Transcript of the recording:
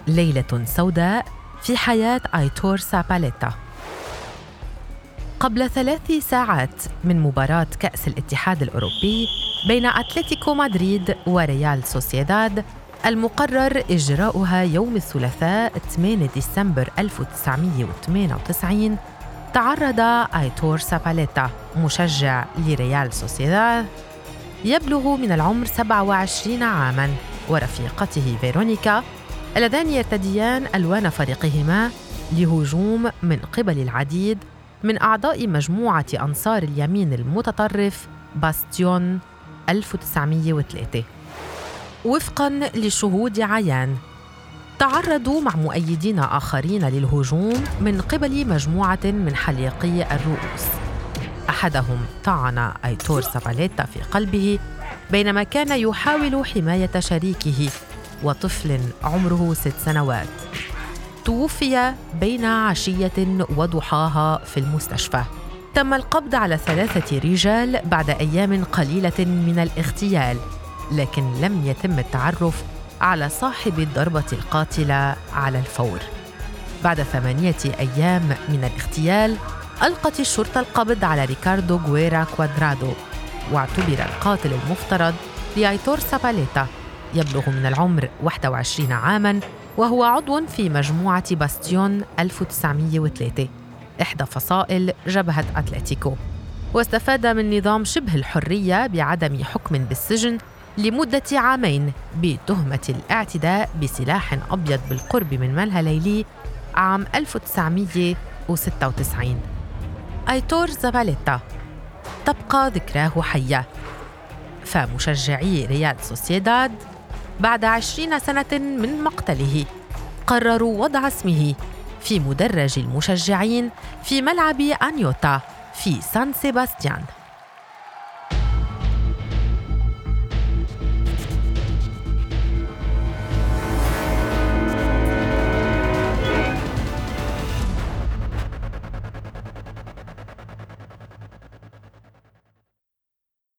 ليلة سوداء في حياة أيتور زاباليتا. قبل 3 ساعات من مباراة كأس الاتحاد الأوروبي بين أتلتيكو مدريد وريال سوسيداد المقرر إجراؤها يوم الثلاثاء 8 ديسمبر 1998، تعرض أيتور زاباليتا مشجع لريال سوسيداد يبلغ من العمر 27 عاماً ورفيقته فيرونيكا اللذان يرتديان ألوان فريقهما لهجوم من قبل العديد من أعضاء مجموعة أنصار اليمين المتطرف باستيون 1903. وفقاً لشهود عيان، تعرضوا مع مؤيدين آخرين للهجوم من قبل مجموعة من حليقي الرؤوس. أحدهم طعن أيتور زاباليتا في قلبه بينما كان يحاول حماية شريكه وطفل عمره 6 سنوات. توفي بين عشية وضحاها في المستشفى. تم القبض على 3 رجال بعد أيام قليلة من الاغتيال، لكن لم يتم التعرف على صاحب الضربة القاتلة على الفور. بعد 8 أيام من الاغتيال ألقت الشرطة القبض على ريكاردو غويرا كوادرادو، واعتبر القاتل المفترض لأيتور زاباليتا يبلغ من العمر 21 عاماً وهو عضو في مجموعة باستيون 1903 إحدى فصائل جبهة أتلتيكو، واستفاد من نظام شبه الحرية بعدم حكم بالسجن لمدة 2 عام بتهمة الاعتداء بسلاح أبيض بالقرب من ملهى ليلي عام 1996. أيتور زاباليتا تبقى ذكراه حية، فمشجعي ريال سوسيداد بعد 20 سنة من مقتله قرروا وضع اسمه في مدرج المشجعين في ملعب أنيوتا في سان سيباستيان.